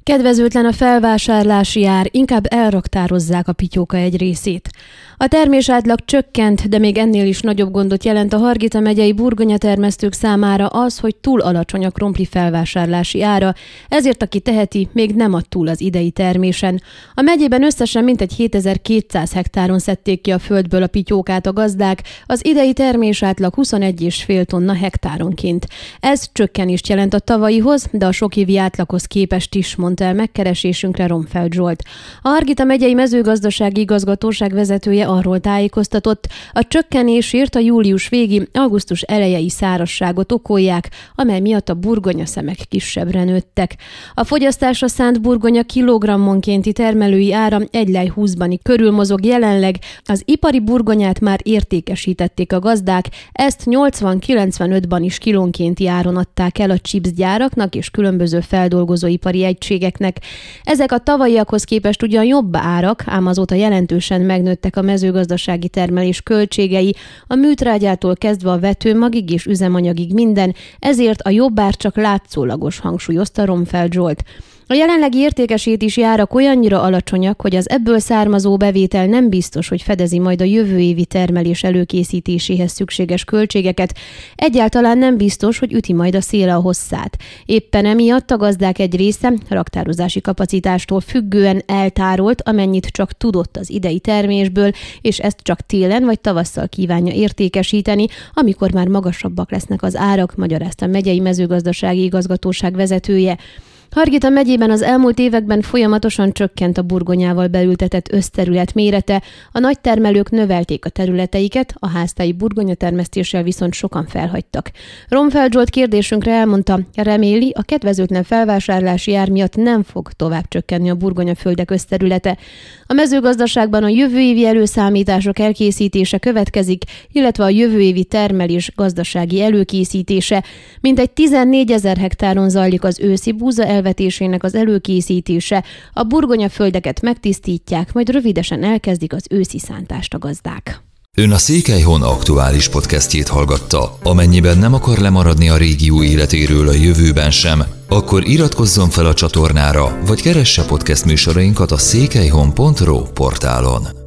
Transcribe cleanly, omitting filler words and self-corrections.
Kedvezőtlen a felvásárlási ár, inkább elraktározzák a pityóka egy részét. A termésátlag csökkent, de még ennél is nagyobb gondot jelent a Hargita megyei burgonyatermesztők számára az, hogy túl alacsony a krumpli felvásárlási ára, ezért aki teheti, még nem ad túl az idei termésen. A megyében összesen mintegy 7200 hektáron szedték ki a földből a pityókát a gazdák, az idei termésátlag 21,5 tonna hektáronként. Ez csökkenést jelent a tavalyihoz, de a sok évi átlaghoz képest is, mondta el megkeresésünkre Romfeld Zsolt. A Hargita megyei mezőgazdasági igazgatóság vezetője arról tájékoztatott, a csökkenésért a július végi, augusztus elejei szárazságot okolják, amely miatt a burgonyaszemek kisebbre nőttek. A fogyasztásra szánt burgonya kilogrammonkénti termelői ára 1,20 lej körül mozog jelenleg, az ipari burgonyát már értékesítették a gazdák, ezt 80-95-ban is kilónkénti áron adták el a chipsgyáraknak és különböző feldolgozóipari egységeknek. Ezek a tavalyiakhoz képest ugyan jobb árak, ám azóta jelentősen megnőttek a mezőgazdasági termelés költségei, a műtrágyától kezdve a vetőmagig és üzemanyagig minden, ezért a jobb ár csak látszólagos, hangsúlyozta Romfeld Zsolt. A jelenlegi értékesítési árak olyannyira alacsonyak, hogy az ebből származó bevétel nem biztos, hogy fedezi majd a jövő évi termelés előkészítéséhez szükséges költségeket. Egyáltalán nem biztos, hogy üti majd a szél a hosszát. Éppen emiatt a gazdák egy része raktározási kapacitástól függően eltárolt, amennyit csak tudott az idei termésből, és ezt csak télen vagy tavasszal kívánja értékesíteni, amikor már magasabbak lesznek az árak, magyarázta a megyei mezőgazdasági igazgatóság vezetője. Hargita megyében az elmúlt években folyamatosan csökkent a burgonyával beültetett összterület mérete, a nagy termelők növelték a területeiket, a háztáji burgonyatermesztéssel viszont sokan felhagytak. Romfeld Zsolt kérdésünkre elmondta, reméli, a kedvezőtlen felvásárlási ár miatt nem fog tovább csökkenni a burgonyaföldek összterülete. A mezőgazdaságban a jövő évi előszámítások elkészítése következik, illetve a jövő évi termelés gazdasági előkészítése. Mintegy 14 000 hektáron zajlik az őszi búza elvetésének az előkészítése. A burgonyaföldeket megtisztítják, majd rövidesen elkezdik az őszi szántást a gazdák. Ön a Székelyhon aktuális podcastjét hallgatta. Amennyiben nem akar lemaradni a régió életéről a jövőben sem, akkor iratkozzon fel a csatornára, vagy keresse podcast műsorainkat a székelyhon.ro portálon.